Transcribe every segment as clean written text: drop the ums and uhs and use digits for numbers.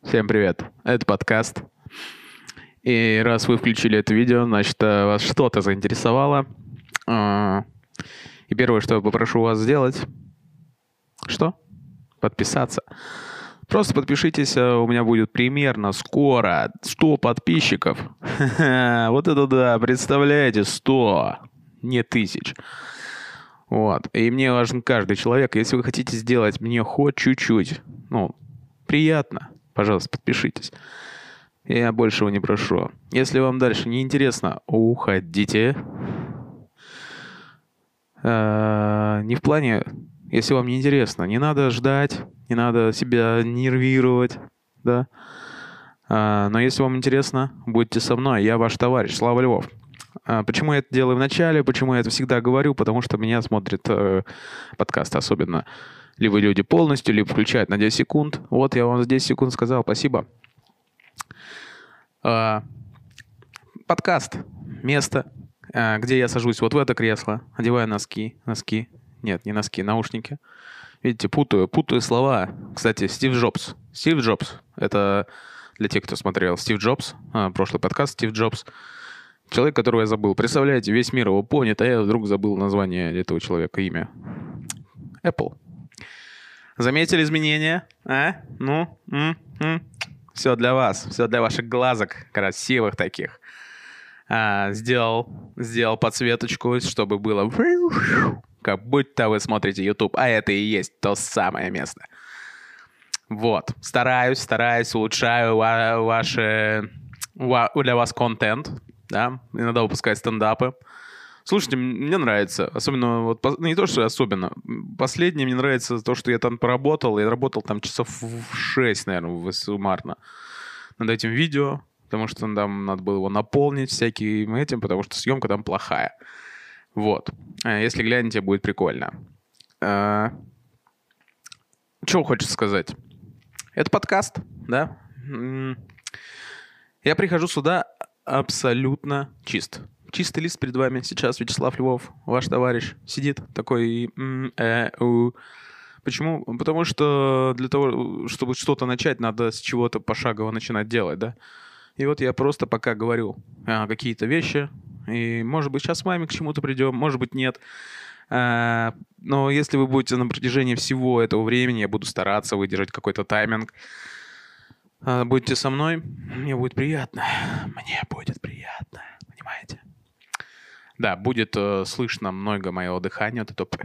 Всем привет. Это подкаст. И раз вы включили это видео, значит, вас что-то заинтересовало. И первое, что я попрошу вас сделать, что? Подписаться. Просто подпишитесь, у меня будет примерно скоро 100 подписчиков. Вот это да, представляете, 100, не 1000. Вот. И мне важен каждый человек. Если вы хотите сделать мне хоть чуть-чуть, приятно, пожалуйста, подпишитесь. Я большего не прошу. Если вам дальше не интересно, уходите. Не в плане, если вам не интересно, не надо ждать, не надо себя нервировать, да. Но если вам интересно, будьте со мной, я ваш товарищ, Слава Львов. Почему я это делаю в начале, почему я это всегда говорю? Потому что меня смотрят подкасты особенно. Либо люди полностью, либо включают на 10 секунд. Вот я вам за 10 секунд сказал, спасибо. Подкаст. Место, где я сажусь вот в это кресло, одеваю носки. Нет, не носки, наушники. Видите, путаю слова. Кстати, Стив Джобс. Это для тех, кто смотрел Стив Джобс, прошлый подкаст Стив Джобс. Человек, которого я забыл. Представляете, весь мир его помнит, а я вдруг забыл название этого человека, имя. Apple. Заметили изменения? Все для вас, все для ваших глазок красивых таких. Сделал подсветочку, чтобы было как будто вы смотрите YouTube, а это и есть то самое место. Вот. Стараюсь, улучшаю для вас контент, да, иногда выпускаю стендапы. Слушайте, мне нравится, особенно, не то, что особенно, последнее мне нравится то, что я там поработал, я работал там часов 6, наверное, суммарно над этим видео, потому что там надо было его наполнить всяким этим, потому что съемка там плохая. Вот. Если глянете, будет прикольно. Что хочется сказать? Это подкаст, да? Я прихожу сюда абсолютно чист. Чистый лист перед вами. Сейчас Вячеслав Львов, ваш товарищ, сидит такой... Почему? Потому что для того, чтобы что-то начать, надо с чего-то пошагово начинать делать, да? И вот я просто пока говорю какие-то вещи, и, может быть, сейчас с вами к чему-то придем, может быть, нет. Но если вы будете на протяжении всего этого времени, я буду стараться выдержать какой-то тайминг. Будьте со мной, мне будет приятно. Понимаете? Да, будет слышно много моего дыхания, вот это...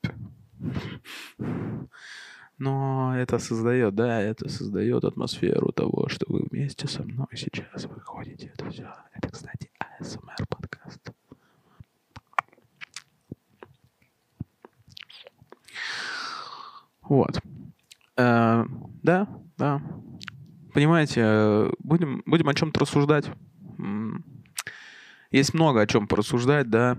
Но это создает атмосферу того, что вы вместе со мной сейчас выходите. Это все. Это, кстати, ASMR подкаст. Вот. Да. Понимаете, будем о чем-то рассуждать. Есть много о чем порассуждать, да.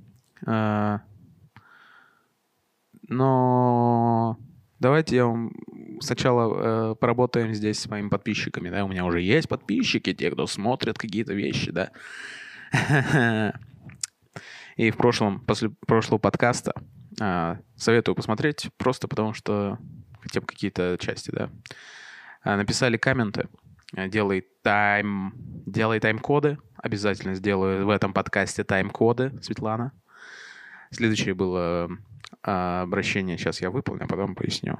Но давайте я вам сначала поработаем здесь с моими подписчиками, да. У меня уже есть подписчики, те, кто смотрят какие-то вещи, да. И после прошлого подкаста советую посмотреть, просто потому что хотя бы какие-то части, да. Написали комменты. Делай тайм-коды. Обязательно сделаю в этом подкасте тайм-коды, Светлана. Следующее было обращение. Сейчас я выполню, а потом поясню.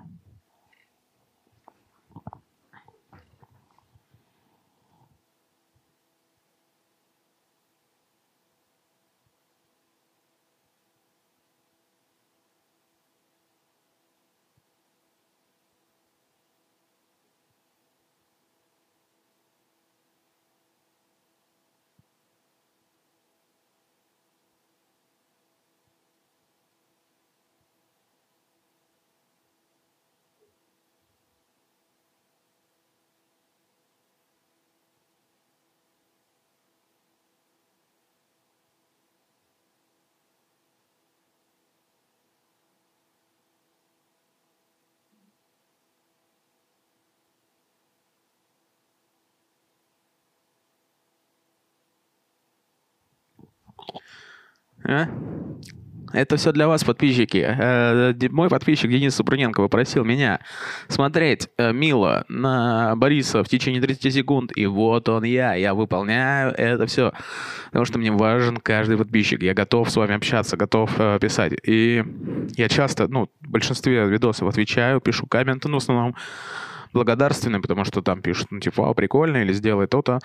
Это все для вас, подписчики. Мой подписчик Денис Супруненко попросил меня смотреть мило на Бориса в течение 30 секунд. И вот он я выполняю это все. Потому что мне важен каждый подписчик. Я готов с вами общаться, готов писать. И я часто, в большинстве видосов отвечаю, пишу комменты, в основном благодарственные, потому что там пишут, вау, прикольно, или сделай то-то.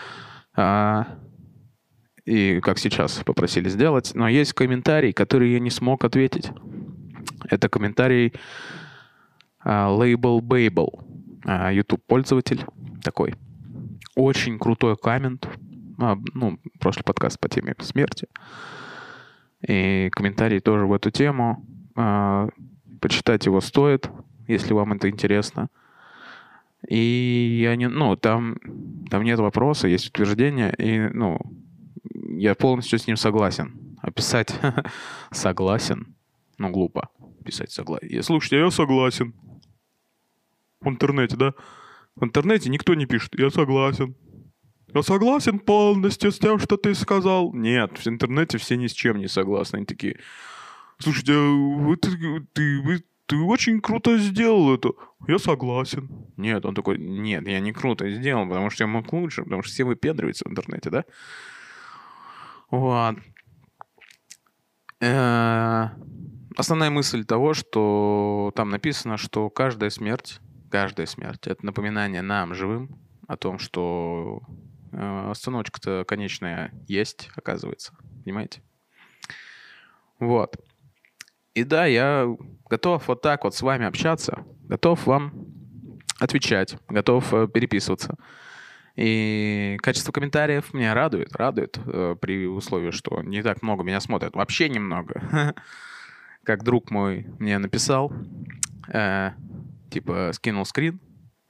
И как сейчас попросили сделать. Но есть комментарий, который я не смог ответить. Это комментарий Label Babel. YouTube-пользователь такой. Очень крутой коммент. Прошлый подкаст по теме смерти. И комментарий тоже в эту тему. Почитать его стоит, если вам это интересно. И я там нет вопроса, есть утверждение, и, я полностью с ним согласен. А писать согласен, глупо писать согласен. Слушайте, я согласен. В интернете, да? В интернете никто не пишет, я согласен. Я согласен полностью с тем, что ты сказал. Нет, в интернете все ни с чем не согласны. Они такие, слушайте, ты очень круто сделал это. Я согласен. Нет, он такой, нет, я не круто сделал, потому что я мог лучше, потому что все выпендриваются в интернете, да? Вот. Основная мысль того, что там написано, что каждая смерть, это напоминание нам, живым, о том, что остановочка-то конечная есть, оказывается. Понимаете? Вот. И да, я готов вот так вот с вами общаться, готов вам отвечать, готов переписываться. И качество комментариев меня радует при условии, что не так много меня смотрят. Вообще немного. Как друг мой мне написал, скинул скрин.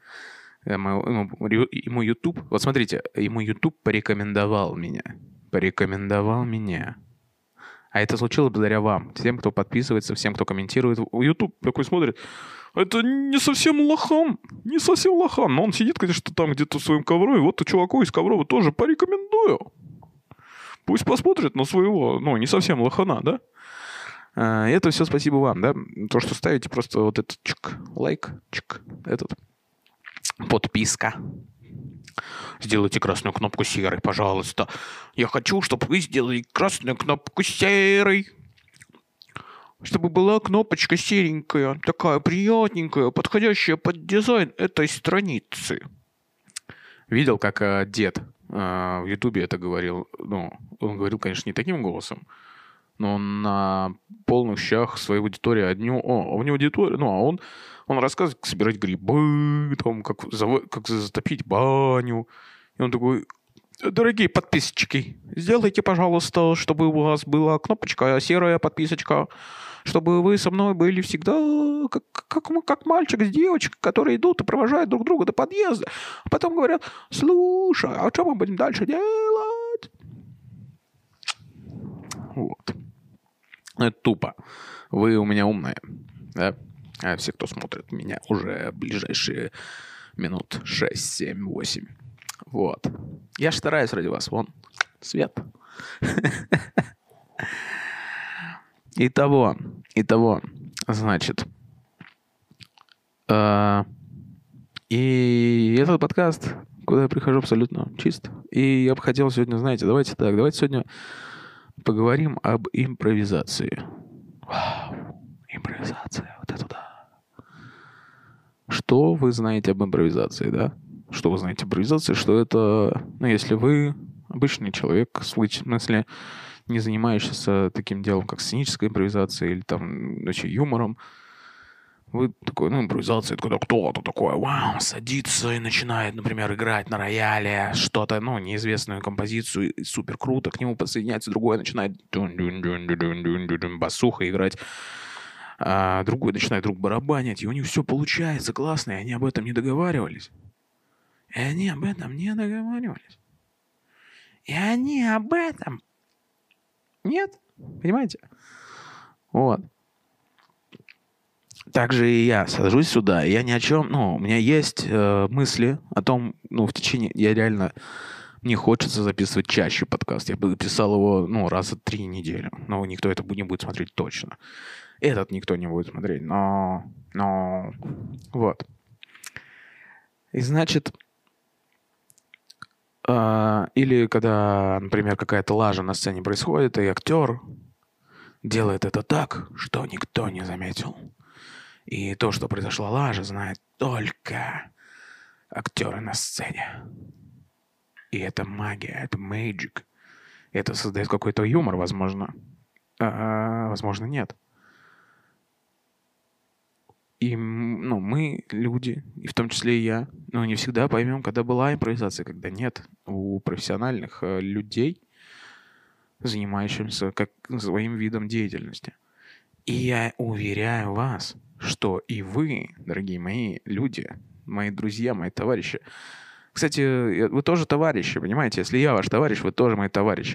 Ему YouTube... Вот смотрите, ему YouTube порекомендовал меня. А это случилось благодаря вам. Всем, кто подписывается, всем, кто комментирует. YouTube такой смотрит. Это не совсем лохан. Но он сидит, конечно, там где-то в своем ковре. И вот чуваку из Коврова тоже порекомендую. Пусть посмотрит на своего, не совсем лохана, да? И это все спасибо вам, да? То, что ставите просто вот этот лайк, подписка. Сделайте красную кнопку серой, пожалуйста. Я хочу, чтобы вы сделали красную кнопку серой. Чтобы была кнопочка серенькая, такая приятненькая, подходящая под дизайн этой страницы. Видел, как дед в Ютубе это говорил. Он говорил, конечно, не таким голосом, но он на полных щах своей аудитории у него аудитория, он рассказывает, как собирать грибы, как затопить баню. И он такой, дорогие подписчики, сделайте, пожалуйста, чтобы у вас была кнопочка, серая подписочка, чтобы вы со мной были всегда как мальчик с девочкой, которые идут и провожают друг друга до подъезда. А потом говорят, слушай, а что мы будем дальше делать? Вот. Это тупо. Вы у меня умные, да? А все, кто смотрит меня уже ближайшие минут 6, 7, 8. Вот. Я ж стараюсь ради вас. Вон, свет. Итого, значит. И этот подкаст, куда я прихожу абсолютно чист. И я бы хотел сегодня, знаете, давайте сегодня поговорим об импровизации. Вау, импровизация, вот это да. Что вы знаете об импровизации, да? Что вы знаете об импровизации? Что это, если вы обычный человек, в смысле, не занимающийся таким делом, как сценическая импровизация или там, юмором, вы такой, импровизация, это когда кто-то такой, вау, садится и начинает, например, играть на рояле что-то, неизвестную композицию, супер круто, к нему подсоединяется другой, начинает басуха играть, а другой начинает вдруг барабанить, и у них все получается классно, и они об этом не договаривались. И они об этом нет, понимаете? Вот. Также и я сажусь сюда, и я ни о чем, у меня есть мысли о том, в течение, я реально Мне хочется записывать чаще подкаст. Я бы записал его, раза 3 в неделю. Но никто это не будет смотреть точно. Этот никто не будет смотреть, но... Вот. И значит... Или когда, например, какая-то лажа на сцене происходит, и актер делает это так, что никто не заметил. И то, что произошла лажа, знает только актеры на сцене. И это магия, это magic. Это создает какой-то юмор, возможно. Возможно, нет. И мы, люди, и в том числе и я, не всегда поймем, когда была импровизация, когда нет. У профессиональных людей, занимающихся как своим видом деятельности. И я уверяю вас, что и вы, дорогие мои люди, мои друзья, мои товарищи. Кстати, вы тоже товарищи, понимаете? Если я ваш товарищ, вы тоже мои товарищи.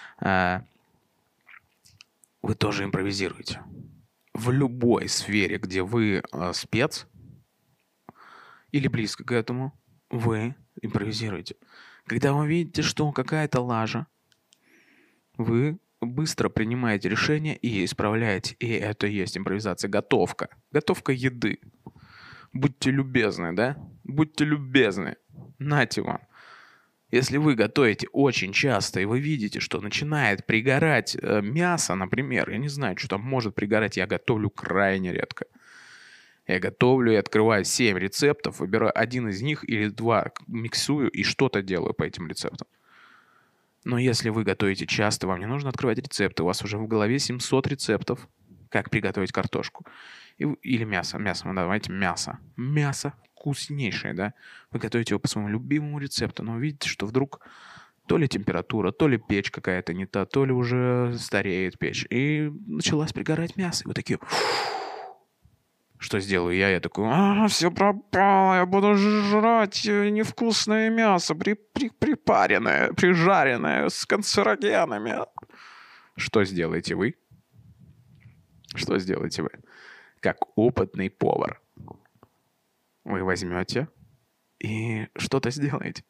Вы тоже импровизируете. В любой сфере, где вы спец или близко к этому, вы импровизируете. Когда вы видите, что какая-то лажа, вы быстро принимаете решение и исправляете. И это и есть импровизация. Готовка. Готовка еды. Будьте любезны, да? Будьте любезны. Нате вам. Если вы готовите очень часто, и вы видите, что начинает пригорать мясо, например, я не знаю, что там может пригорать, я готовлю крайне редко. Я готовлю и открываю 7 рецептов, выбираю один из них или 2, миксую и что-то делаю по этим рецептам. Но если вы готовите часто, вам не нужно открывать рецепты, у вас уже в голове 700 рецептов, как приготовить картошку. Или мясо. Давайте мясо. Мясо вкуснейшее, да? Вы готовите его по своему любимому рецепту, но вы видите, что вдруг то ли температура, то ли печь какая-то не та, то ли уже стареет печь. И началась пригорать мясо. И вы такие... Что сделаю я? Я такой, все пропало, я буду жрать невкусное мясо, припаренное, прижаренное, с канцерогенами. Что сделаете вы? Что сделаете вы? Как опытный повар. Вы возьмете и что-то сделаете.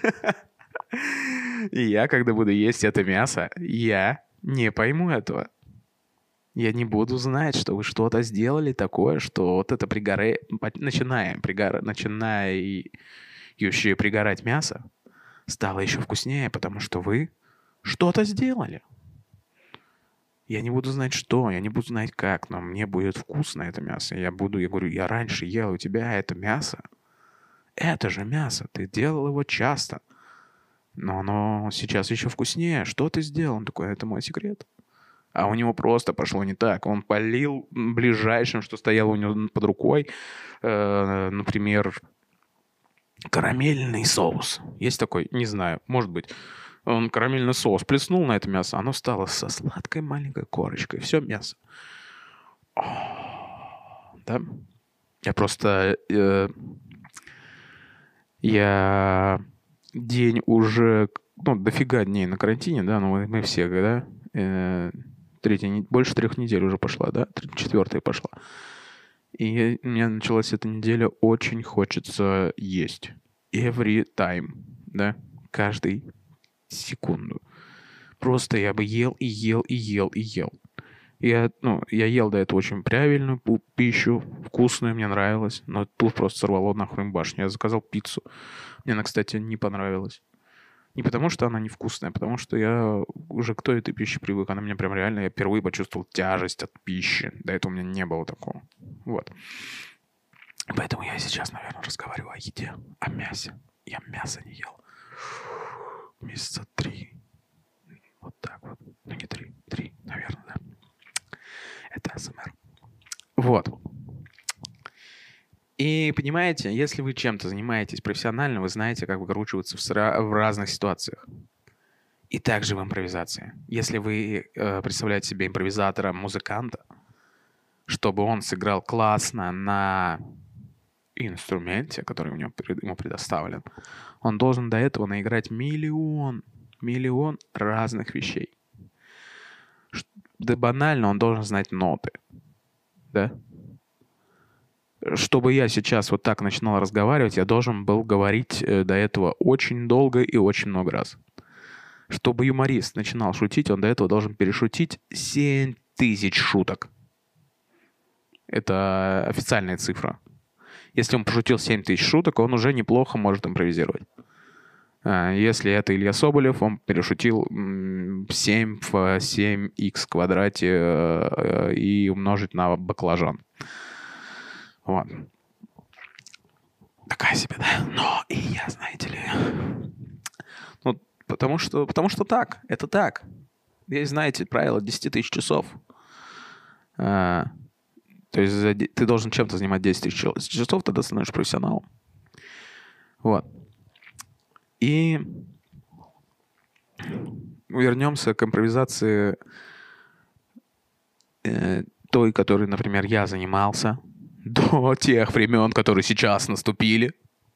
И я, когда буду есть это мясо, я не пойму этого. Я не буду знать, что вы что-то сделали такое, что вот это начинающее пригорать мясо стало еще вкуснее, потому что вы что-то сделали. Я не буду знать что, я не буду знать как, но мне будет вкусно это мясо. Я говорю, я раньше ел у тебя это мясо. Это же мясо, ты делал его часто. Но оно сейчас еще вкуснее. Что ты сделал? Он такой, это мой секрет. А у него просто пошло не так. Он полил ближайшим, что стояло у него под рукой, например, карамельный соус. Есть такой? Не знаю, может быть. Он карамельный соус плеснул на это мясо, оно стало со сладкой маленькой корочкой. Все мясо. Да? Я просто... Я день уже... дофига дней на карантине, да? Мы все, да? Больше 3 недель уже пошла, да? 4-я пошла. И у меня началась эта неделя, очень хочется есть. Every time, да? Каждый секунду. Просто я бы ел и ел и ел и ел. Я ел до этого очень правильную пищу, вкусную, мне нравилось, но тут просто сорвало нахрен башню. Я заказал пиццу. Мне она, кстати, не понравилась. Не потому, что она невкусная, а потому что я уже к той этой пище привык. Она мне прям реально... Я впервые почувствовал тяжесть от пищи. До этого у меня не было такого. Вот. Поэтому я сейчас, наверное, разговариваю о еде, о мясе. Я мясо не ел. Месяца 3. Вот так вот. Ну, не 3. 3, наверное, да. Это АСМР. Вот. И понимаете, если вы чем-то занимаетесь профессионально, вы знаете, как выкручиваться в разных ситуациях. И также в импровизации. Если вы представляете себе импровизатора, музыканта, чтобы он сыграл классно на инструменте, который ему предоставлен, он должен до этого наиграть миллион разных вещей. Да банально, он должен знать ноты. Да? чтобы я сейчас вот так начинал разговаривать, я должен был говорить до этого очень долго и очень много раз. Чтобы юморист начинал шутить, он до этого должен перешутить 7000 шуток. Это официальная цифра. Если он пошутил 7000 шуток, он уже неплохо может импровизировать. Если это Илья Соболев, он перешутил 7 в 7х квадрате и умножить на баклажан. Вот. Такая себе, да? Но и я, знаете ли... Ну, потому что так. Это так. Есть, знаете, правило 10 000 часов. То есть ты должен чем-то занимать 10 000 часов, тогда становишься профессионалом. Вот. И вернемся к импровизации той, которой, например, я занимался до тех времен, которые сейчас наступили.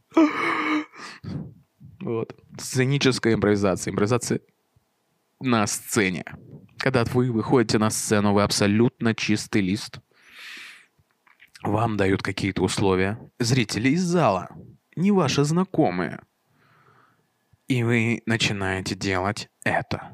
Вот. Сценическая импровизация. Импровизация на сцене. Когда вы выходите на сцену, вы абсолютно чистый лист. Вам дают какие-то условия. Зрители из зала, не ваши знакомые. И вы начинаете делать это.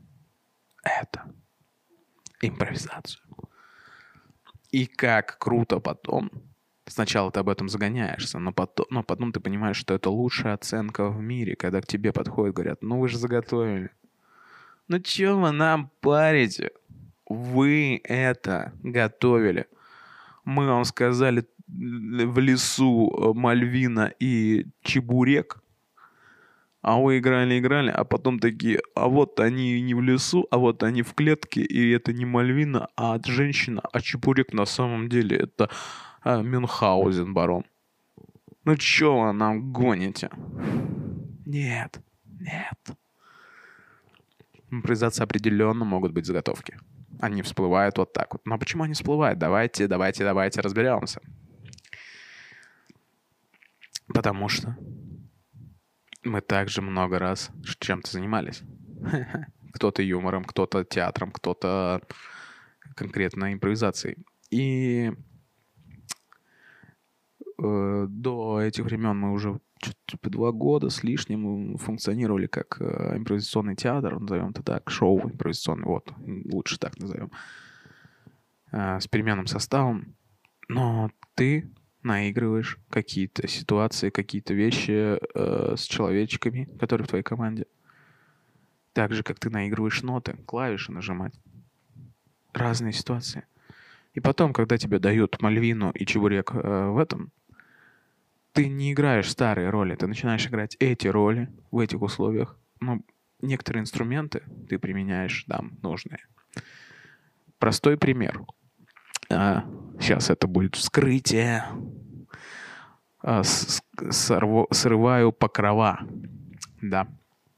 Импровизацию. И как круто потом. Сначала ты об этом загоняешься, но потом ты понимаешь, что это лучшая оценка в мире, когда к тебе подходят, говорят, ну вы же заготовили. Ну чё вы нам парите? Вы это готовили. Мы вам сказали в лесу Мальвина и чебурек, а вы играли, а потом такие, а вот они не в лесу, а вот они в клетке, и это не Мальвина, а женщина, а чебурек на самом деле это Мюнхгаузен, барон. Ну чё вы нам гоните? Нет. Импровизация определенно могут быть заготовки. Они всплывают вот так вот. Но почему они всплывают? Давайте разберемся. Потому что мы также много раз чем-то занимались. Кто-то юмором, кто-то театром, кто-то конкретно импровизацией. И до этих времен мы уже типа 2 года с лишним функционировали как импровизационный театр, назовем это так, шоу импровизационный, вот, лучше так назовем, с переменным составом. Но ты наигрываешь какие-то ситуации, какие-то вещи с человечками, которые в твоей команде. Так же, как ты наигрываешь ноты, клавиши нажимать. Разные ситуации. И потом, когда тебе дают Мальвину и чебурек в этом, ты не играешь старые роли, ты начинаешь играть эти роли в этих условиях. Ну, некоторые инструменты ты применяешь, там, нужные. Простой пример. Сейчас это будет вскрытие. Срываю покрова. Да.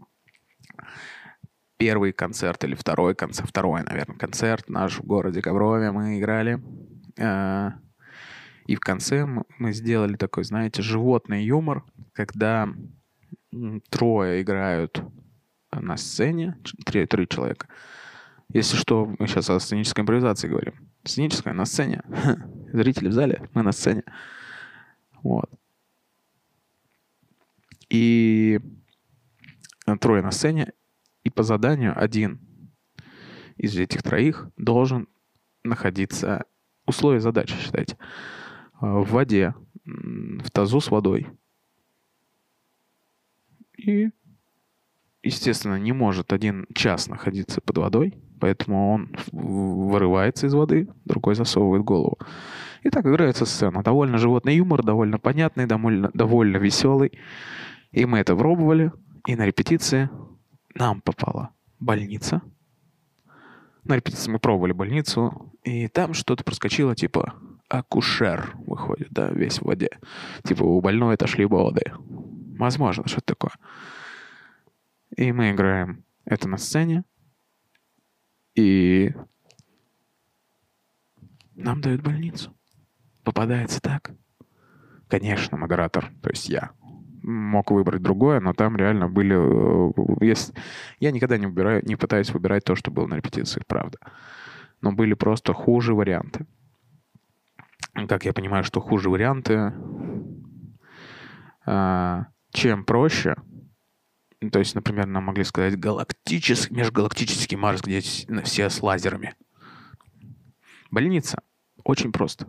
Первый концерт или второй, наверное, концерт наш в городе Коврове мы играли. И в конце мы сделали такой, знаете, животный юмор, когда 3 играют на сцене, 3 человека. Если что, мы сейчас о сценической импровизации говорим. Сценическая на сцене. Зрители в зале, мы на сцене. Вот. И 3 на сцене. И по заданию один из этих 3 должен находиться... Условия задачи, считайте. В воде, в тазу с водой. И, естественно, не может 1 час находиться под водой, поэтому он вырывается из воды, другой засовывает голову. И так играется сцена. Довольно животный юмор, довольно понятный, довольно веселый. И мы это пробовали, и на репетиции нам попала больница. На репетиции мы пробовали больницу, и там что-то проскочило, типа акушер выходит, да, весь в воде. Типа у больной отошли воды. Возможно, что-то такое. И мы играем это на сцене, и нам дают больницу. Попадается так. Конечно, модератор, то есть я, мог выбрать другое, но там реально были... Я никогда не пытаюсь выбирать то, что было на репетиции, правда. Но были просто хуже варианты. как я понимаю, что хуже варианты. Чем проще, то есть, например, нам могли сказать межгалактический Марс, где все с лазерами. Больница. Очень просто.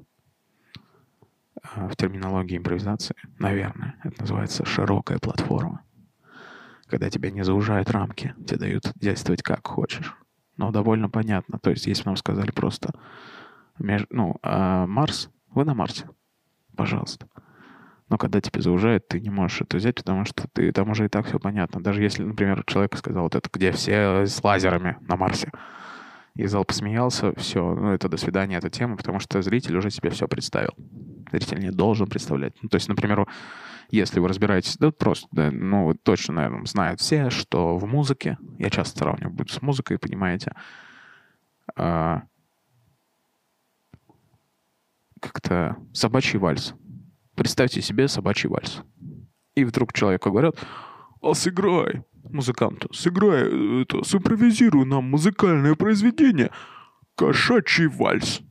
В терминологии импровизации, наверное, это называется широкая платформа. Когда тебя не заужают рамки, тебе дают действовать как хочешь. Но довольно понятно. То есть, если бы нам сказали просто Марс, вы на Марсе, пожалуйста. Но когда тебя заужают, ты не можешь это взять, потому что там уже и так все понятно. Даже если, например, человек сказал, вот это где все с лазерами на Марсе, и зал посмеялся, все, это до свидания, эта тема, потому что зритель уже себе все представил. Зритель не должен представлять. То есть, например, если вы разбираетесь, вы точно, наверное, знают все, что в музыке, я часто сравниваю с музыкой, понимаете, как-то собачий вальс. Представьте себе собачий вальс. И вдруг человеку говорят, сыграй, музыканту, симпровизируй нам музыкальное произведение «Кошачий вальс».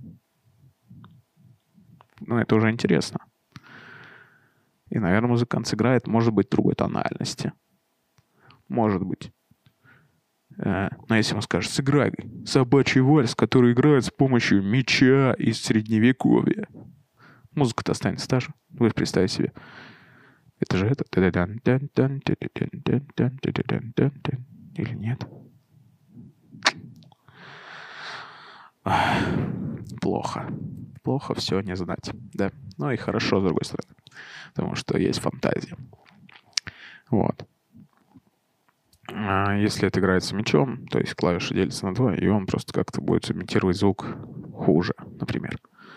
Это уже интересно. И, наверное, музыкант сыграет, может быть, другой тональности. Может быть. Но если он скажет, сыграй собачий вальс, который играет с помощью меча из Средневековья, музыка-то останется та же. Вы представьте себе. Это же это. Или нет? Плохо. Плохо все не знать. Да. Ну и хорошо, с другой стороны. Потому что есть фантазия. Вот. Если это играется мечом, то есть клавиши делятся на два, и он просто как-то будет имитировать звук хуже, например.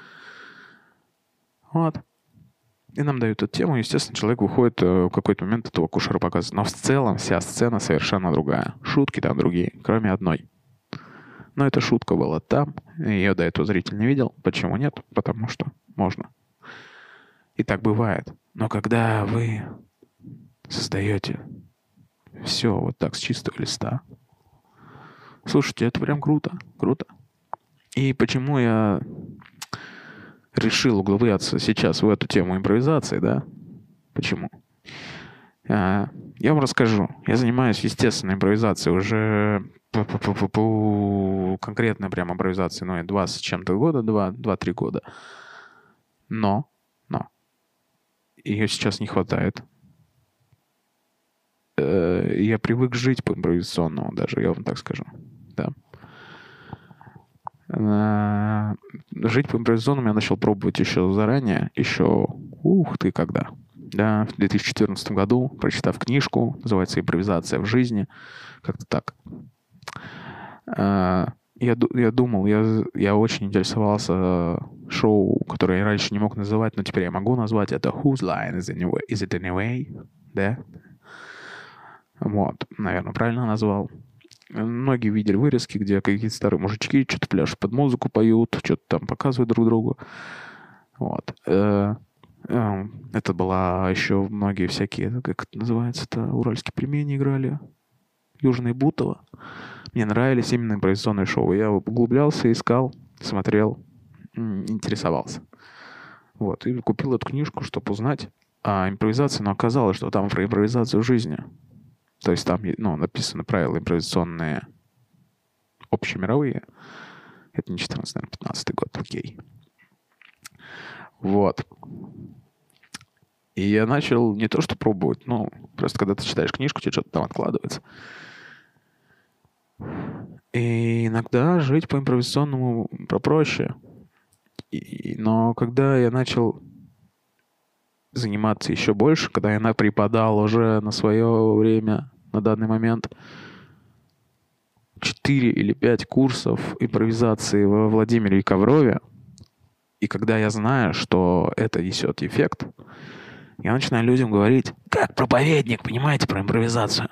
Вот. И нам дают эту тему, естественно, человек выходит в какой-то момент этого акушера показывает. Но в целом вся сцена совершенно другая. Шутки там другие, кроме одной. Но эта шутка была там, и ее до этого зритель не видел. Почему нет? Потому что можно. И так бывает. Но когда вы создаете все вот так с чистого листа, слушайте, это прям круто. Круто. И почему я решил углубляться сейчас в эту тему импровизации, да? Почему? Я вам расскажу. Я занимаюсь, естественно, импровизацией уже конкретно прям импровизацией, 2 с чем-то года, 2-3 года. Но ее сейчас не хватает. Я привык жить по импровизационному даже, я вам так скажу. Да. Жить по импровизационному я начал пробовать еще заранее, когда. Да, в 2014 году, прочитав книжку, называется «Импровизация в жизни», как-то так. Я думал, я очень интересовался шоу, которое я раньше не мог называть, но теперь я могу назвать. Это «Whose Line Is It Anyway?» Да? Вот, наверное, правильно назвал. Многие видели вырезки, где какие-то старые мужички что-то пляшут под музыку, поют, что-то там показывают друг другу. Вот. Это была еще многие всякие, как это называется-то, уральские пельмени играли, Южное Бутово. Мне нравились именно импровизационные шоу. Я углублялся, искал, смотрел, интересовался. Вот. И купил эту книжку, чтобы узнать о импровизации, но оказалось, что там про импровизацию в жизни. То есть там написаны правила импровизационные общемировые. Это не 14, наверное, 15 год, окей. Вот. И я начал не то что пробовать, просто когда ты читаешь книжку, тебе что-то там откладывается. И иногда жить по импровизационному попроще. Но когда я начал заниматься еще больше, когда я преподал уже на свое время, на данный момент, 4 или 5 курсов импровизации во Владимире и Коврове, и когда я знаю, что это несет эффект, я начинаю людям говорить, как проповедник, понимаете, про импровизацию.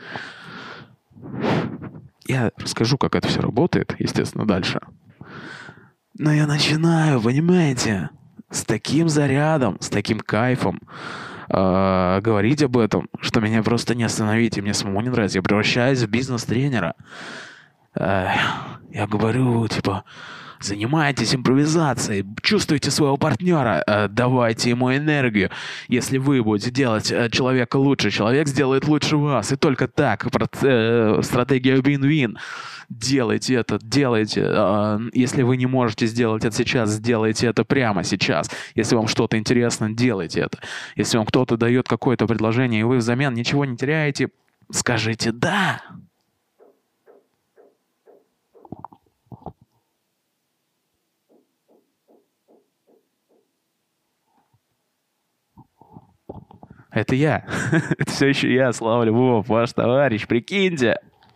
Я расскажу, как это все работает, естественно, дальше. Но я начинаю, понимаете, с таким зарядом, с таким кайфом говорить об этом, что меня просто не остановить, и мне самому не нравится. Я превращаюсь в бизнес-тренера. Я говорю, Занимайтесь импровизацией, чувствуйте своего партнера, давайте ему энергию. Если вы будете делать человека лучше, человек сделает лучше вас. И только так, стратегия win-win. Делайте это, делайте. Если вы не можете сделать это сейчас, сделайте это прямо сейчас. Если вам что-то интересно, делайте это. Если вам кто-то дает какое-то предложение, и вы взамен ничего не теряете, скажите «да». Это я. Это все еще я, Слава Львов, ваш товарищ, прикиньте.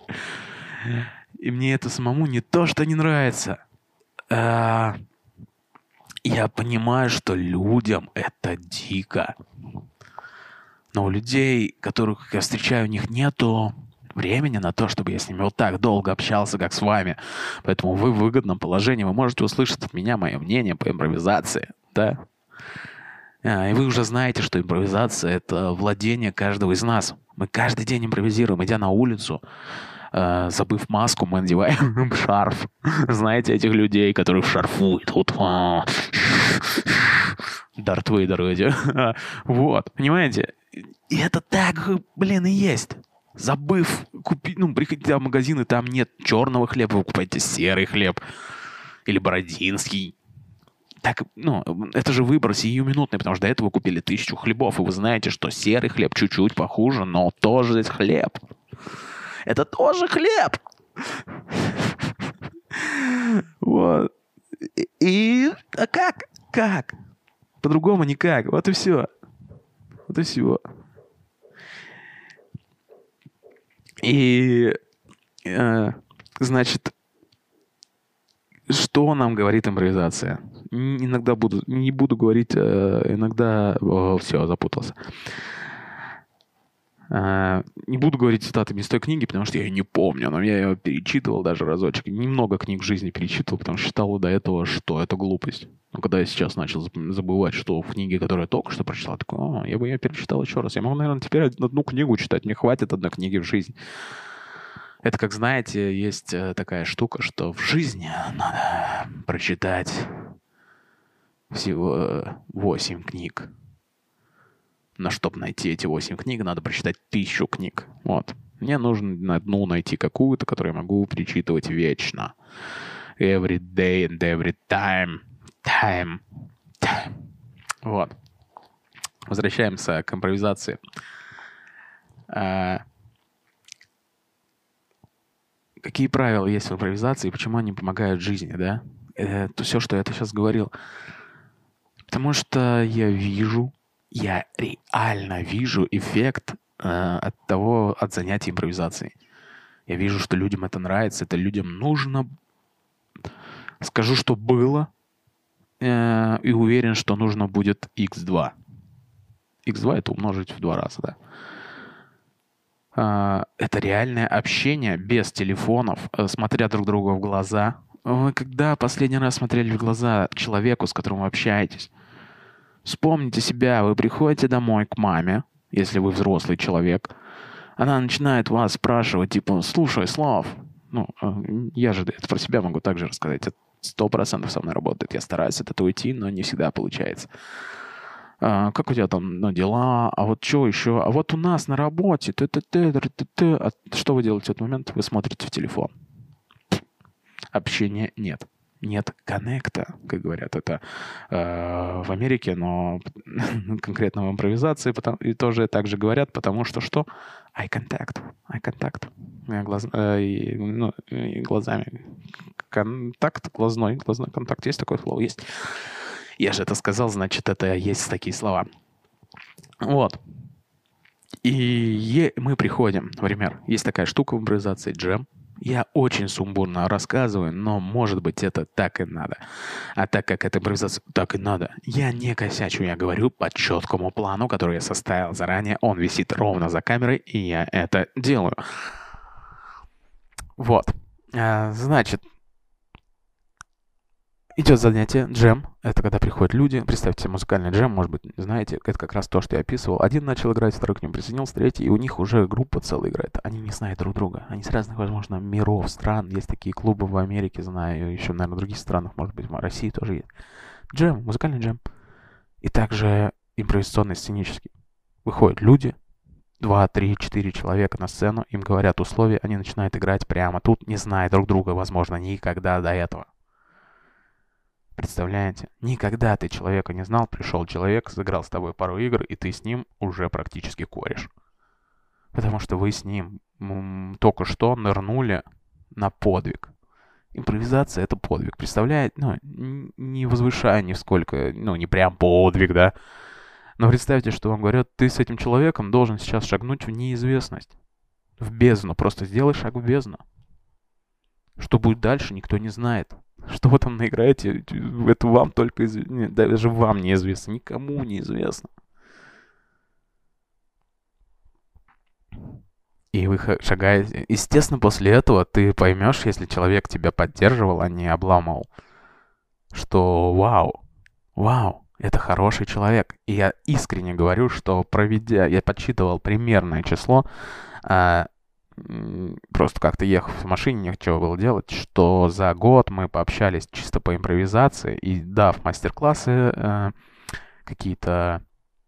И мне это самому не то, что не нравится. Я понимаю, что людям это дико. Но у людей, которых я встречаю, у них нету времени на то, чтобы я с ними вот так долго общался, как с вами. Поэтому вы в выгодном положении. Вы можете услышать от меня мое мнение по импровизации. Да? И вы уже знаете, что импровизация — это владение каждого из нас. Мы каждый день импровизируем, идя на улицу. Забыв маску, мы надеваем шарф. Знаете этих людей, которые в шарфу идут? Дарт Вейдер эти. Вот, понимаете? И это так, блин, и есть. Забыв купить, приходите в магазин, и там нет черного хлеба, вы покупаете серый хлеб. Или бородинский. Так, это же выбор сиюминутный, потому что до этого вы купили 1000 хлебов, и вы знаете, что серый хлеб чуть-чуть похуже, но тоже здесь хлеб. Это тоже хлеб. Вот. А как? Как? По-другому никак. Вот и все. Вот и все. И, значит, что нам говорит импровизация? Иногда не буду говорить, иногда... все, запутался. Не буду говорить цитатами из той книги, потому что я ее не помню, но я ее перечитывал даже разочек. Немного книг в жизни перечитывал, потому что считал до этого, что это глупость. Но когда я сейчас начал забывать, что в книге, которую я только что прочитал, такой, я бы ее перечитал еще раз. Я могу, наверное, теперь одну книгу читать. Мне хватит одной книги в жизни. Это, как знаете, есть такая штука, что в жизни надо прочитать всего 8 книг. Но чтобы найти эти 8 книг, надо прочитать 1000 книг. Вот. Мне нужно одну найти какую-то, которую я могу перечитывать вечно. Every day and every time. Time. Вот. Возвращаемся к импровизации. Какие правила есть в импровизации и почему они помогают жизни, да? Это все, что я сейчас говорил. Потому что я реально вижу эффект от занятий импровизацией. Я вижу, что людям это нравится, это людям нужно. Скажу, что было, и уверен, что нужно будет x2. x2 — это умножить в 2 раза, да. Это реальное общение без телефонов, смотря друг другу в глаза. Вы когда последний раз смотрели в глаза человеку, с которым вы общаетесь? Вспомните себя, вы приходите домой к маме, если вы взрослый человек. Она начинает вас спрашивать, типа, слушай, Слав, я же это про себя могу также рассказать, это 100% со мной работает, я стараюсь от этого уйти, но не всегда получается. Как у тебя там дела, а вот что еще, а вот у нас на работе, а что вы делаете в этот момент? Вы смотрите в телефон. Общения нет. Нет коннекта, как говорят это в Америке, но конкретно в импровизации и тоже так же говорят, потому что что? Eye contact. Глазами. Контакт, глазной контакт. Есть такое слово? Есть. Я же это сказал, значит, это есть такие слова. Вот. И мы приходим, например, есть такая штука в импровизации, джем. Я очень сумбурно рассказываю, но, может быть, это так и надо. А так как это импровизация, так и надо. Я не косячу, я говорю по четкому плану, который я составил заранее. Он висит ровно за камерой, и я это делаю. Вот. Значит, Идет занятие, джем. Это когда приходят люди. Представьте себе музыкальный джем, может быть, знаете, это как раз то, что я описывал. Один начал играть, второй к ним присоединился, третий, и у них уже группа целая играет. Они не знают друг друга. Они с разных, возможно, миров, стран. Есть такие клубы в Америке, знаю, еще, наверное, в других странах, может быть, в России тоже есть. Джем, музыкальный джем. И также импровизационно-сценический. Выходят люди, 2, 3, 4 человека на сцену, им говорят условия, они начинают играть прямо тут, не зная друг друга, возможно, никогда до этого. Представляете? Никогда ты человека не знал, пришел человек, сыграл с тобой пару игр, и ты с ним уже практически кореш. Потому что вы с ним только что нырнули на подвиг. Импровизация — это подвиг. Представляете? Ну, не возвышая нисколько, ну, не прям подвиг, да? Но представьте, что вам говорят, ты с этим человеком должен сейчас шагнуть в неизвестность. В бездну. Просто сделай шаг в бездну. Что будет дальше, никто не знает. Что вы там наиграете, это вам только известно. Даже вам неизвестно. Никому неизвестно. И вы шагаете. Естественно, после этого ты поймешь, если человек тебя поддерживал, а не обламывал, что вау, это хороший человек. И я искренне говорю, что я подсчитывал примерное число, просто как-то ехав в машине, нечего было делать, что за год мы пообщались чисто по импровизации и дав мастер-классы какие-то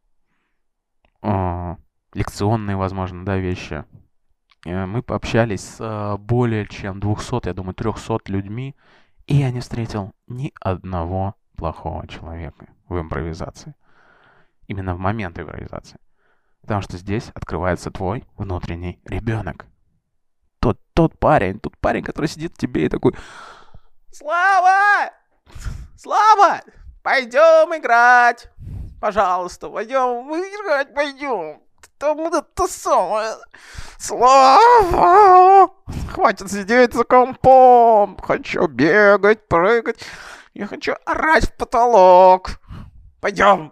лекционные, возможно, да, вещи. Мы пообщались с более чем 200, я думаю, 300 людьми, и я не встретил ни одного плохого человека в импровизации. Именно в момент импровизации. Потому что здесь открывается твой внутренний ребенок. Тот парень, который сидит в тебе и такой: Слава! Слава! Пойдем играть! Пожалуйста, пойдем играть, пойдем! Там это самое... Слава! Хватит сидеть за компом! Хочу бегать, прыгать. Я хочу орать в потолок. Пойдем!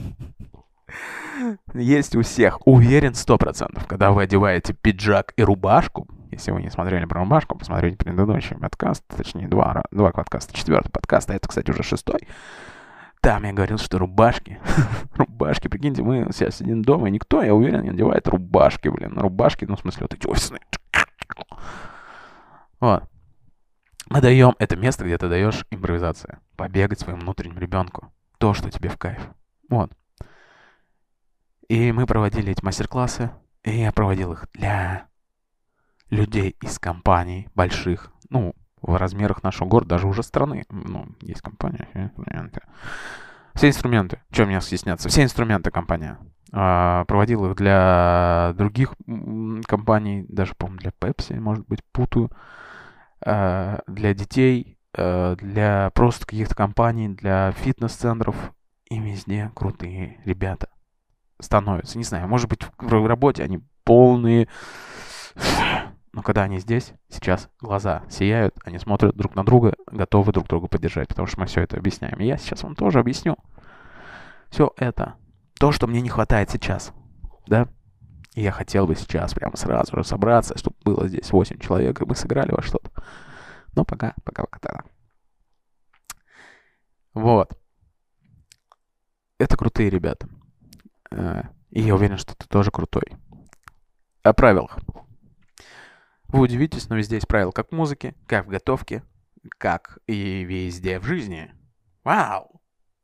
Есть у всех, уверен, 100%. Когда вы одеваете пиджак и рубашку, если вы не смотрели про рубашку, посмотрите предыдущий подкаст, точнее, два подкаста, 4-й подкаст, а это, кстати, уже 6-й. Там я говорил, что рубашки, прикиньте, мы сейчас сидим дома, и никто, я уверен, не одевает рубашки, рубашки, ну, в смысле, вот эти офисные. Вот. Мы даем это место, где ты даешь импровизации. Побегать своему внутреннему ребенку. То, что тебе в кайф. Вот. И мы проводили эти мастер-классы, и я проводил их для людей из компаний больших, ну, в размерах нашего города, даже уже страны. Ну, есть компания, все инструменты. Чего мне стесняться? Все инструменты компания. Проводил их для других компаний, даже, по-моему, для Pepsi, может быть, путаю. Для детей, для просто каких-то компаний, для фитнес-центров. И везде крутые ребята становятся. Не знаю, может быть, в работе они полные. Но когда они здесь, сейчас глаза сияют, они смотрят друг на друга, готовы друг друга поддержать, потому что мы все это объясняем. И я сейчас вам тоже объясню. Все это, то, что мне не хватает сейчас, да? И я хотел бы сейчас прямо сразу же собраться, чтобы было здесь 8 человек, и мы сыграли во что-то. Но пока. Вот. Это крутые ребята. И я уверен, что ты тоже крутой. О правилах. Вы удивитесь, но везде есть правила, как в музыке, как в готовке, как и везде в жизни. Вау!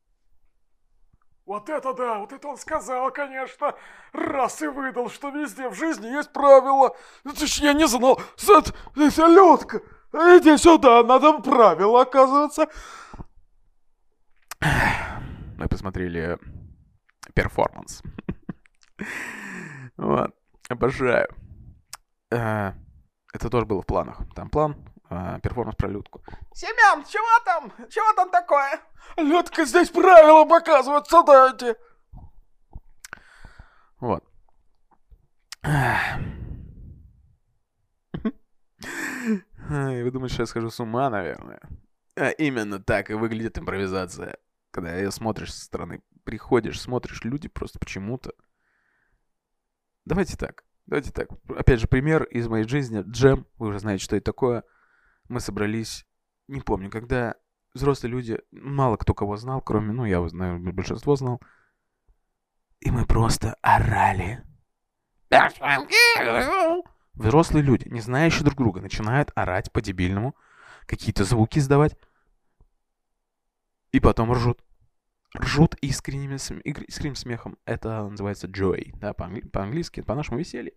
Вот это да, вот это он сказал, конечно. Раз и выдал, что везде в жизни есть правила. Это ж я не знал. Это Людка, иди сюда, надо правила, оказывается. Мы посмотрели перформанс. Вот. Обожаю. Это тоже было в планах. Там план, перформанс про Людку. Семен, чего там? Чего там такое? Людка, здесь правила показываются, дайте. Вот. Вы думаете, что я схожу с ума, наверное? Именно так и выглядит импровизация. Когда ее смотришь со стороны, приходишь, смотришь, люди просто почему-то... Давайте так. Опять же, пример из моей жизни. Джем. Вы уже знаете, что это такое. Мы собрались, не помню, когда взрослые люди, мало кто кого знал, кроме, ну, я знаю, большинство знал. И мы просто орали. Взрослые люди, не знающие друг друга, начинают орать по-дебильному, какие-то звуки издавать, и потом ржут. Ржут искренним смехом. Это называется joy, да, по-английски, по-нашему веселье.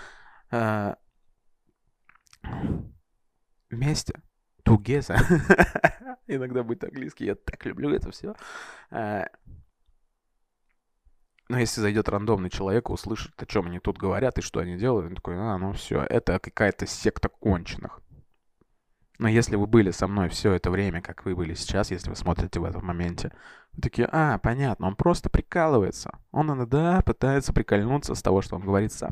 Вместе. Together. Иногда будет английский, я так люблю это все. Но если зайдет рандомный человек и услышит, о чем они тут говорят и что они делают, он такой, ну все, это какая-то секта конченых. Но если вы были со мной все это время, как вы были сейчас, если вы смотрите в этом моменте, вы такие, понятно, он просто прикалывается. Он иногда пытается прикольнуться с того, что он говорит сам.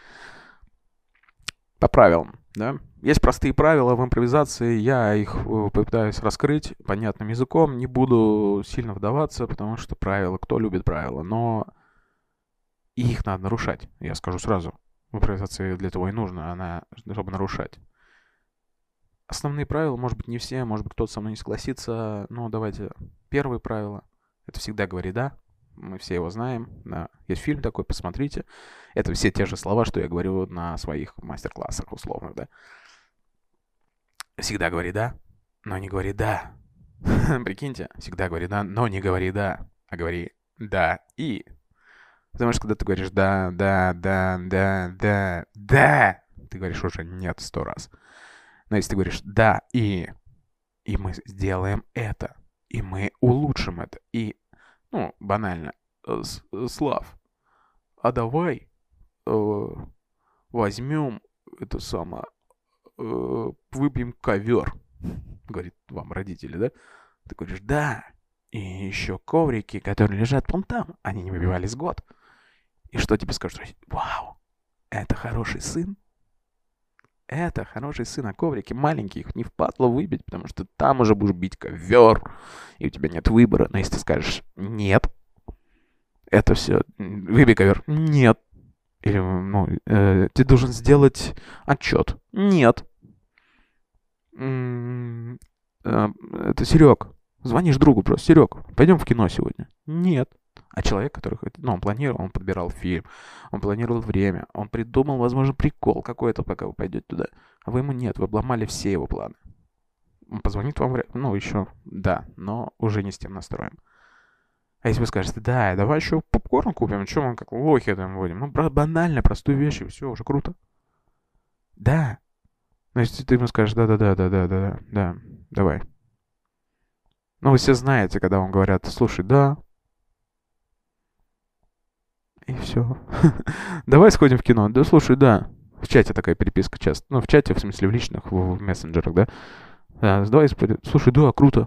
По правилам, да? Есть простые правила в импровизации, я их попытаюсь раскрыть понятным языком, не буду сильно вдаваться, потому что правила, кто любит правила, но их надо нарушать, я скажу сразу. В импровизации для того и нужно, чтобы нарушать. Основные правила, может быть, не все, может быть, кто-то со мной не согласится, но давайте. Первое правило — это всегда говори «да». Мы все его знаем. Да. Есть фильм такой, посмотрите. Это все те же слова, что я говорю на своих мастер-классах условных, да. Всегда говори «да», но не говори «да». Прикиньте, всегда говори «да», но не говори «да», а говори «да» и... Потому что когда ты говоришь «да», «да», «да», «да», «да», «да», ты говоришь уже «нет» 100 раз. Но если ты говоришь «да» и мы сделаем это, и мы улучшим это, и, ну, банально, Слав, а давай возьмем это самое, выбьем ковер, говорит вам родители, да? Ты говоришь «да», и еще коврики, которые лежат вон там, они не выбивались год. И что тебе скажут? Вау, это хороший сын. Это хороший сын, а коврики маленькие, их не впадло выбить, потому что там уже будешь бить ковер, и у тебя нет выбора. Но если ты скажешь «нет», это все, выбей ковер, «нет». Или, ты должен сделать отчет. «Нет». Это Серег. Звонишь другу просто. Серег, пойдем в кино сегодня. «Нет». А человек, который, он планировал, он подбирал фильм, он планировал время, он придумал, возможно, прикол какой-то, пока вы пойдете туда. А вы ему нет, вы обломали все его планы. Он позвонит вам, еще, да, но уже не с тем настроем. А если вы скажете, да, давай еще попкорн купим, что мы как лохи там будем? Банально, простую вещь, и все, уже круто. Да. Но если ты ему скажешь, да, давай. Вы все знаете, когда вам говорят, слушай, да. И все. Давай сходим в кино. Да, слушай, да. В чате такая переписка часто. В чате, в смысле, в личных, в мессенджерах, да. Давай, слушай, да, круто.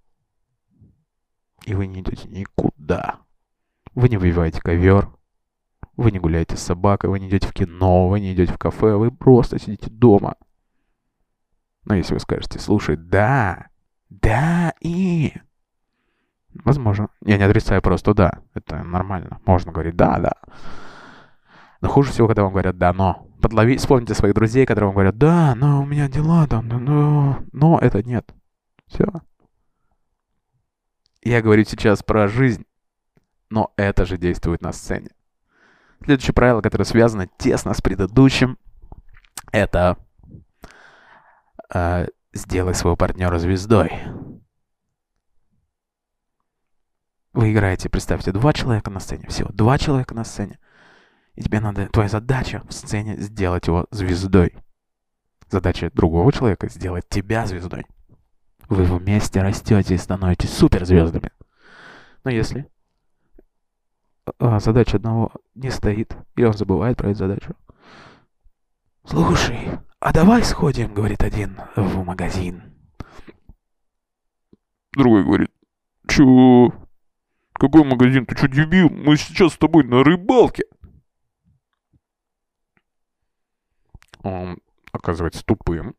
И вы не идете никуда. Вы не выбиваете ковер. Вы не гуляете с собакой. Вы не идете в кино. Вы не идете в кафе. Вы просто сидите дома. Но если вы скажете, слушай, да, и... Возможно. Я не отрицаю, просто да. Это нормально. Можно говорить да. Но хуже всего, когда вам говорят да, но. Вспомните своих друзей, которые вам говорят, да, но у меня дела там, но это нет. Все. Я говорю сейчас про жизнь, но это же действует на сцене. Следующее правило, которое связано тесно с предыдущим, это сделай своего партнера звездой. Вы играете, представьте, 2 человека на сцене. Всего 2 человека на сцене. И тебе надо, твоя задача в сцене сделать его звездой. Задача другого человека сделать тебя звездой. Вы вместе растете и становитесь суперзвездами. Но если задача одного не стоит, или он забывает про эту задачу. Слушай, а давай сходим, говорит один, в магазин. Другой говорит, чё? Какой магазин? Ты что, дебил? Мы сейчас с тобой на рыбалке. Он оказывается тупым.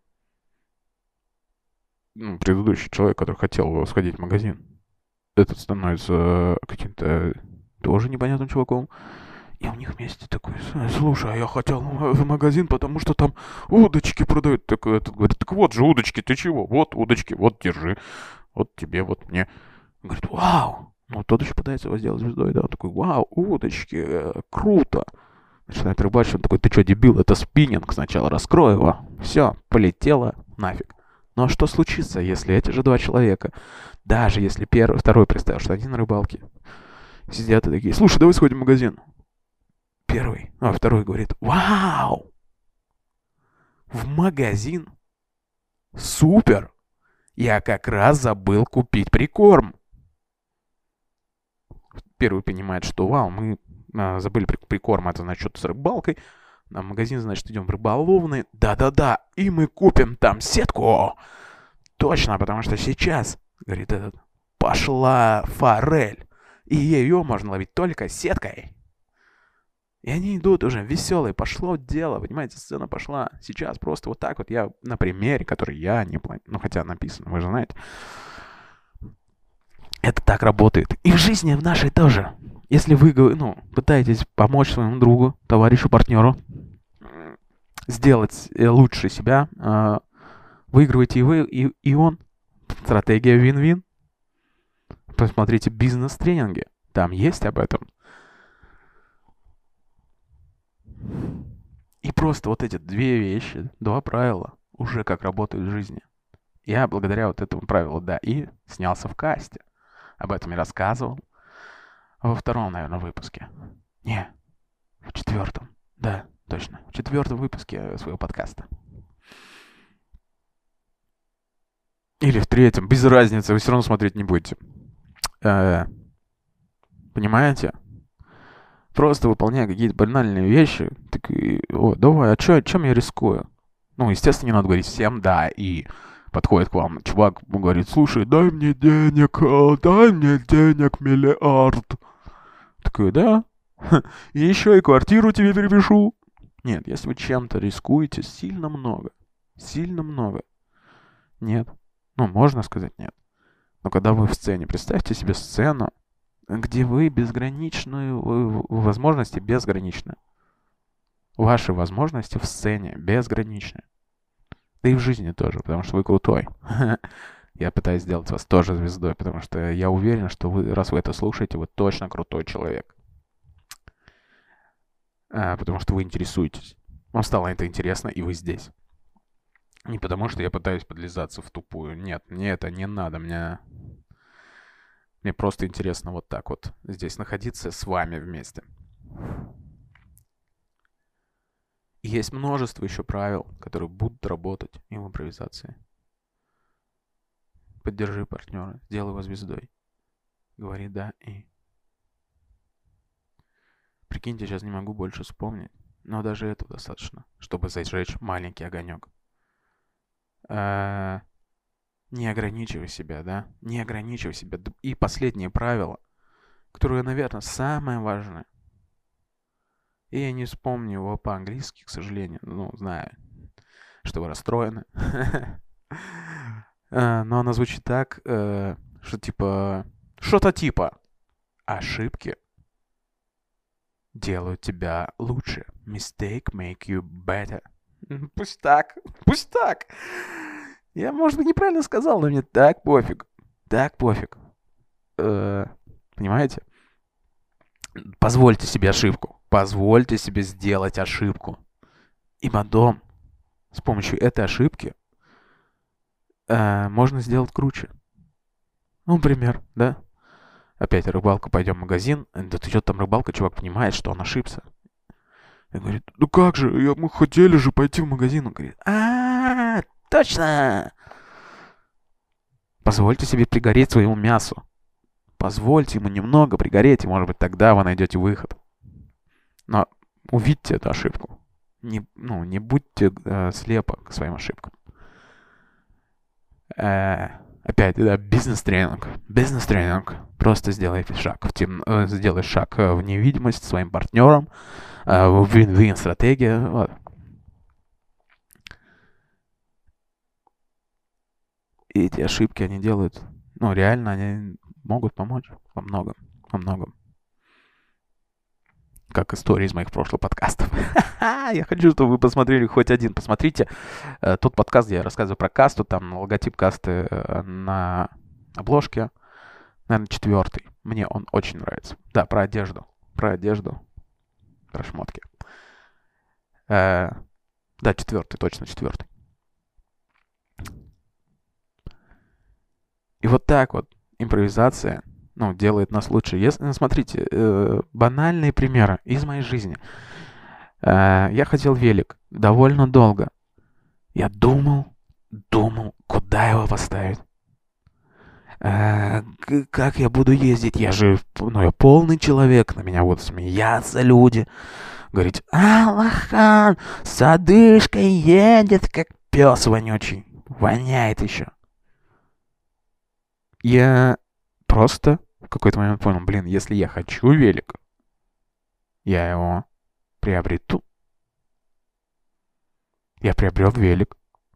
Предыдущий человек, который хотел сходить в магазин, этот становится каким-то тоже непонятным чуваком. И у них вместе такой, слушай, а я хотел в магазин, потому что там удочки продают. Так этот говорит, так вот же удочки, ты чего? Вот удочки, вот держи. Вот тебе, вот мне. Он говорит, вау. Ну, тот еще пытается его сделать звездой, да. Он такой, вау, удочки, круто. Начинает рыбачить, он такой, ты что, дебил, это спиннинг, сначала раскрой его. Все, полетело нафиг. Ну а что случится, если эти же два человека, даже если второй представил, что они на рыбалке, сидят и такие, слушай, давай сходим в магазин. Второй говорит, вау, в магазин? Супер! Я как раз забыл купить прикорм. Первый понимает, что вау, мы забыли прикорм, это значит что-то с рыбалкой. На магазин, значит, идем в рыболовный. Да-да-да, и мы купим там сетку. Точно, потому что сейчас, говорит этот, пошла форель. И ее можно ловить только сеткой. И они идут уже веселые, пошло дело, понимаете, сцена пошла. Сейчас просто вот так вот я на примере, который я не планирую, ну хотя написано, вы же знаете. Это так работает. И в жизни в нашей тоже. Если вы, пытаетесь помочь своему другу, товарищу, партнеру сделать лучше себя, выигрываете и вы, и он. Стратегия win-win. Посмотрите бизнес-тренинги. Там есть об этом. И просто вот эти две вещи, два правила, уже как работают в жизни. Я благодаря вот этому правилу, да, и снялся в касте. Об этом я рассказывал. Во втором, наверное, выпуске. Не, в 4. Да, точно. В 4 выпуске своего подкаста. Или в 3, без разницы, вы все равно смотреть не будете. Понимаете? Просто выполняя какие-то банальные вещи. Такие, давай, чем я рискую? Ну, естественно, не надо говорить всем «да», и подходит к вам чувак, говорит, слушай, дай мне денег, миллиард. Такой, да? И еще и квартиру тебе перепишу. Нет, если вы чем-то рискуете, сильно много. Нет. Ну, можно сказать нет. Но когда вы в сцене, представьте себе сцену, где вы возможности безграничны. Ваши возможности в сцене безграничны. Да и в жизни тоже, потому что вы крутой. Я пытаюсь сделать вас тоже звездой, потому что я уверен, что вы, раз вы это слушаете, вы точно крутой человек. Потому что вы интересуетесь. Вам стало это интересно, и вы здесь. Не потому что я пытаюсь подлизаться в тупую. Нет, мне это не надо. Мне просто интересно вот так вот здесь находиться с вами вместе. И есть множество еще правил, которые будут работать и в импровизации. Поддержи партнера, сделай его звездой. Говори «да» и... Прикиньте, сейчас не могу больше вспомнить, но даже этого достаточно, чтобы зажечь маленький огонек. Не ограничивай себя, да? Не ограничивай себя. И последнее правило, которое, наверное, самое важное. И я не вспомню его по-английски, к сожалению. Ну, знаю, что вы расстроены. Но оно звучит так, что типа... Что-то типа... Ошибки делают тебя лучше. Mistake make you better. Пусть так. Я, может быть, неправильно сказал, но мне так пофиг. Понимаете? Позвольте себе ошибку. Позвольте себе сделать ошибку. И потом, с помощью этой ошибки, можно сделать круче. Ну, например, да? Опять рыбалка, пойдем в магазин. Да ты что там рыбалка, чувак понимает, что он ошибся. И говорит, ну как же, мы хотели же пойти в магазин. Он говорит, точно! Позвольте себе пригореть своему мясу. Позвольте ему немного пригореть, и, может быть, тогда вы найдете выход. Но увидьте эту ошибку. Не будьте слепы к своим ошибкам. Опять, да, бизнес-тренинг. Просто сделай шаг в невидимость своим партнерам. Win-win стратегия. Вот. И эти ошибки они делают, реально они могут помочь во многом. Как истории из моих прошлых подкастов. Я хочу, чтобы вы посмотрели хоть один. Посмотрите тот подкаст, где я рассказываю про касту. Там логотип касты на обложки. Наверное, 4. Мне он очень нравится. Да, про одежду. Про шмотки. Да, 4, точно 4. И вот так вот импровизация, делает нас лучше. Смотрите, банальные примеры из моей жизни. Я хотел велик довольно долго. Я думал, куда его поставить. Как я буду ездить? Я полный человек, на меня будут смеяться люди. Говорить, Алахан с одышкой едет, как пес вонючий. Воняет еще. Я просто в какой-то момент понял, если я хочу велик, я его приобрету. Я приобрел велик.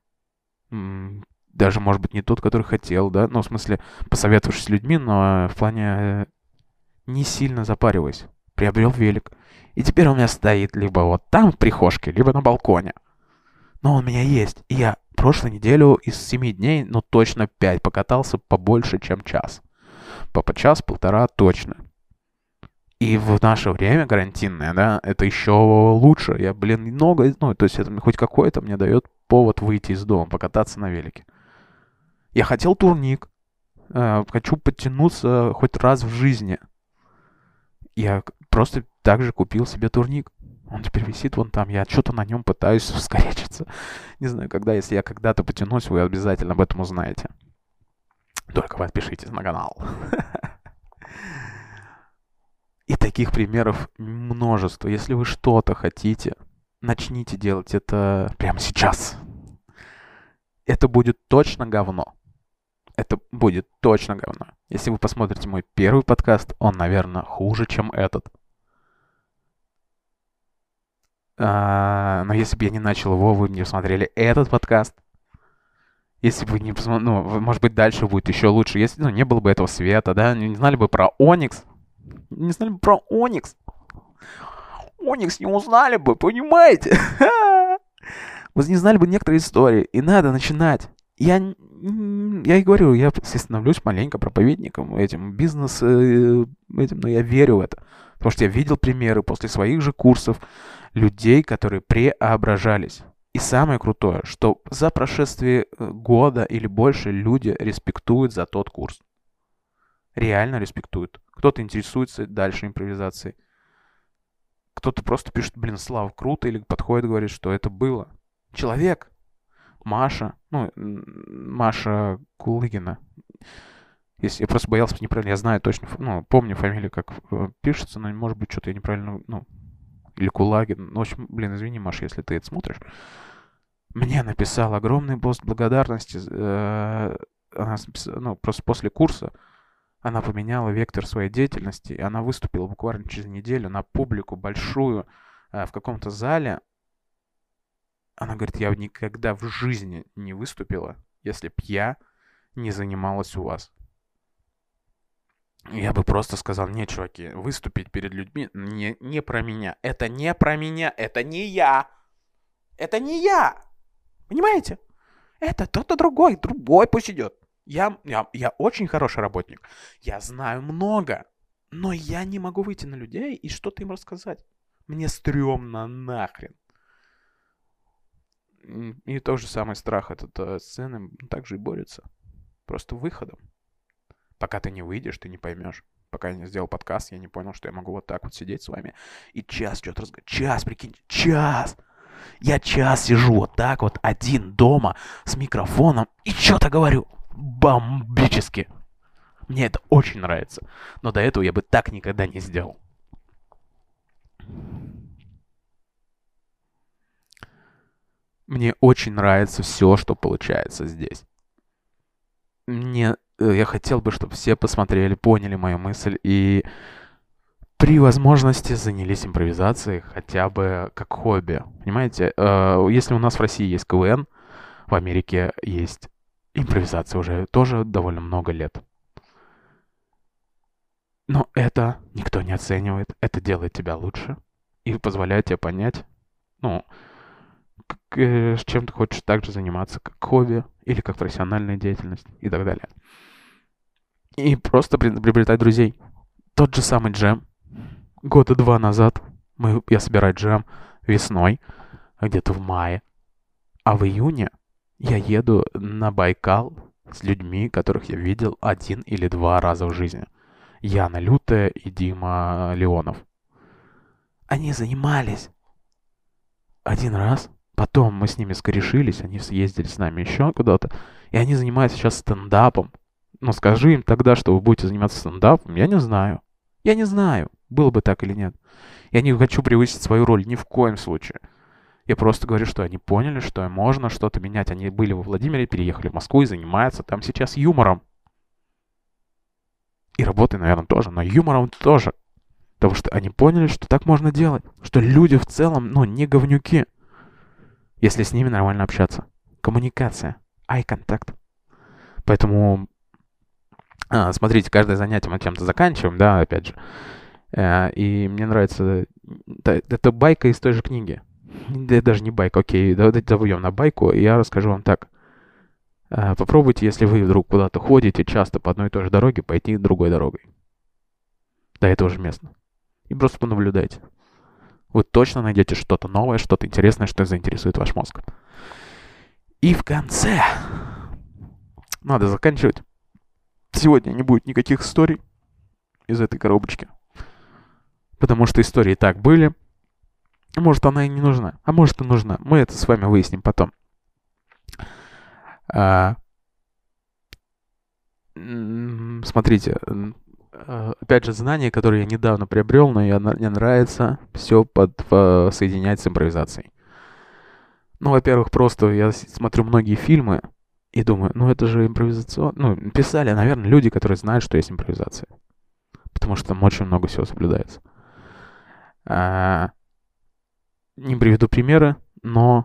Даже, может быть, не тот, который хотел, да? В смысле, посоветовавшись с людьми, но в плане не сильно запариваясь. Приобрел велик. И теперь он у меня стоит либо вот там в прихожке, либо на балконе. Но он у меня есть. И я прошлую неделю из 7 дней, точно 5 покатался побольше, чем час. По час-полтора точно. И в наше время карантинное, да, это еще лучше. Я, много, то есть это хоть какой-то мне дает повод выйти из дома, покататься на велике. Я хотел турник. Хочу подтянуться хоть раз в жизни. Я просто также купил себе турник. Он теперь висит вон там. Я что-то на нем пытаюсь вскорячиться. Не знаю, когда, если я когда-то потянусь, вы обязательно об этом узнаете. Только подпишитесь на канал. И таких примеров множество. Если вы что-то хотите, начните делать это прямо сейчас. Это будет точно говно. Это будет точно говно. Если вы посмотрите мой первый подкаст, он, наверное, хуже, чем этот. Но если бы я не начал его, вы бы не посмотрели этот подкаст. Если бы вы не посмотрели, может быть, дальше будет еще лучше. Если не было бы этого света, да, не знали бы про Оникс. Не знали бы про Оникс. Оникс не узнали бы, понимаете? Вы не знали бы некоторые истории. И надо начинать. Я и говорю, я становлюсь маленько проповедником этим но я верю в это. Потому что я видел примеры после своих же курсов людей, которые преображались. И самое крутое, что за прошествие года или больше люди респектуют за тот курс. Реально респектуют. Кто-то интересуется дальше импровизацией. Кто-то просто пишет, Слава, круто, или подходит, говорит, что это было. Человек. Маша Кулыгина. Если я просто боялся неправильно, я знаю точно, помню фамилию, как пишется, но, может быть, что-то я неправильно, или Кулагин. В общем, извини, Маша, если ты это смотришь. Мне написал огромный пост благодарности. Она просто после курса она поменяла вектор своей деятельности, и она выступила буквально через неделю на публику большую в каком-то зале. Она говорит, я никогда в жизни не выступила, если б я не занималась у вас. Я бы просто сказал, нет, чуваки, выступить перед людьми не про меня. Это не про меня, это не я. Это не я. Понимаете? Это кто-то другой пусть идет. Я очень хороший работник. Я знаю много. Но я не могу выйти на людей и что-то им рассказать. Мне стрёмно нахрен. И тот же самый страх от сцены также и борется. Просто выходом. Пока ты не выйдешь, ты не поймешь. Пока я не сделал подкаст, я не понял, что я могу вот так вот сидеть с вами и час что-то разговаривать. Час, прикиньте, час! Я час сижу вот так вот один дома с микрофоном и что-то говорю. Бомбически. Мне это очень нравится. Но до этого я бы так никогда не сделал. Мне очень нравится все, что получается здесь. Я хотел бы, чтобы все посмотрели, поняли мою мысль и при возможности занялись импровизацией хотя бы как хобби. Понимаете, если у нас в России есть КВН, в Америке есть импровизация уже тоже довольно много лет. Но это никто не оценивает. Это делает тебя лучше и позволяет тебе понять, чем ты хочешь также заниматься, как хобби или как профессиональная деятельность и так далее. и просто приобретать друзей. Тот же самый джем. Года 2 назад я собираю джем весной, где-то в мае. А в июне я еду на Байкал с людьми, которых я видел 1 или 2 раза в жизни. Яна Лютая и Дима Леонов. Они занимались 1 раз. Потом мы с ними скорешились, они съездили с нами еще куда-то. И они занимаются сейчас стендапом. Но скажи им тогда, что вы будете заниматься стендапом, я не знаю. Я не знаю, было бы так или нет. Я не хочу превысить свою роль ни в коем случае. Я просто говорю, что они поняли, что можно что-то менять. Они были во Владимире, переехали в Москву и занимаются там сейчас юмором. И работой, наверное, тоже, но юмором тоже. Потому что они поняли, что так можно делать. Что люди в целом, не говнюки. Если с ними нормально общаться. Коммуникация. Eye contact. Поэтому, смотрите, каждое занятие мы чем-то заканчиваем, да, опять же. И мне нравится... Это байка из той же книги. Да, даже не байка, окей, давайте забудем на байку, и я расскажу вам так. Попробуйте, если вы вдруг куда-то ходите часто по одной и той же дороге, пойти другой дорогой. До этого же места. И просто понаблюдайте. Вы точно найдете что-то новое, что-то интересное, что заинтересует ваш мозг. И в конце... Надо заканчивать. Сегодня не будет никаких историй из этой коробочки. Потому что истории и так были. Может, она и не нужна. А может, и нужна. Мы это с вами выясним потом. Смотрите. Опять же, знания, которые я недавно приобрел, но мне нравится все соединять с импровизацией. Во-первых, просто я смотрю многие фильмы и думаю, это же импровизационно. Писали, наверное, люди, которые знают, что есть импровизация. Потому что там очень много всего соблюдается. Не приведу примеры, но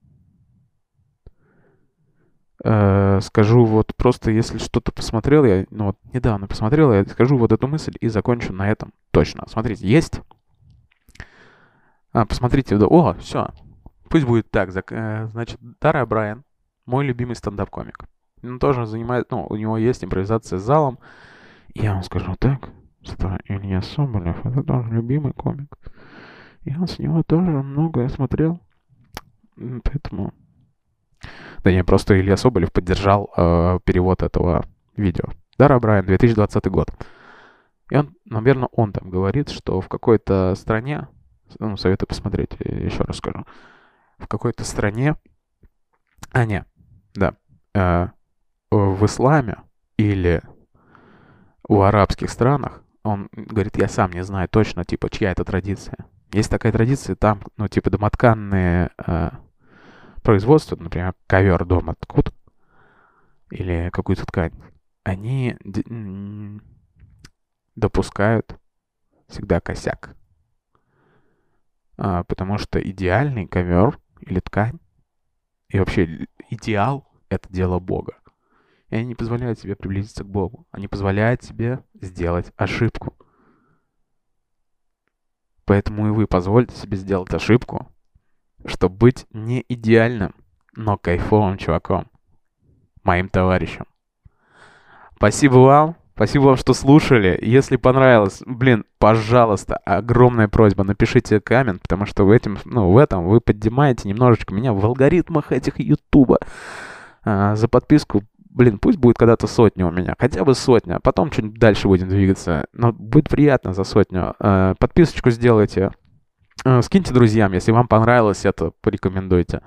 скажу просто, если что-то посмотрел, я недавно посмотрел, я скажу эту мысль и закончу на этом точно. Смотрите, есть... посмотрите, все. Пусть будет так. Значит, Дара Брайан, мой любимый стендап-комик. Он тоже занимает, у него есть импровизация с залом. И я вам скажу так, что Илья Соболев, это тоже любимый комик. Я с него тоже многое смотрел. Поэтому... Да не, просто Илья Соболев поддержал перевод этого видео. Дара Брайан, 2020 год. И он, наверное, он там говорит, что в какой-то стране... советую посмотреть, еще раз скажу. В какой-то стране... в исламе или в арабских странах, он говорит, я сам не знаю точно, чья это традиция. Есть такая традиция, там, домотканные производства, например, ковер дома ткут или какую-то ткань, они допускают всегда косяк. Потому что идеальный ковер или ткань, и вообще идеал — это дело Бога. И они не позволяют себе приблизиться к Богу. Они позволяют себе сделать ошибку. Поэтому и вы позвольте себе сделать ошибку, чтобы быть не идеальным, но кайфовым чуваком. Моим товарищем. Спасибо вам, что слушали. Если понравилось, пожалуйста, огромная просьба, напишите коммент, потому что в этом вы поднимаете немножечко меня в алгоритмах этих Ютуба. За подписку, пусть будет когда-то 100 у меня, хотя бы 100, а потом чуть дальше будем двигаться. Но будет приятно за 100. Подписочку сделайте. Скиньте друзьям, если вам понравилось это, порекомендуйте.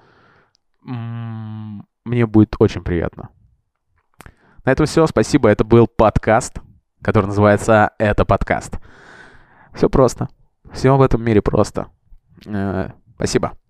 Мне будет очень приятно. На этом все, спасибо. Это был подкаст, который называется «Это подкаст». Все просто. Все в этом мире просто. Спасибо.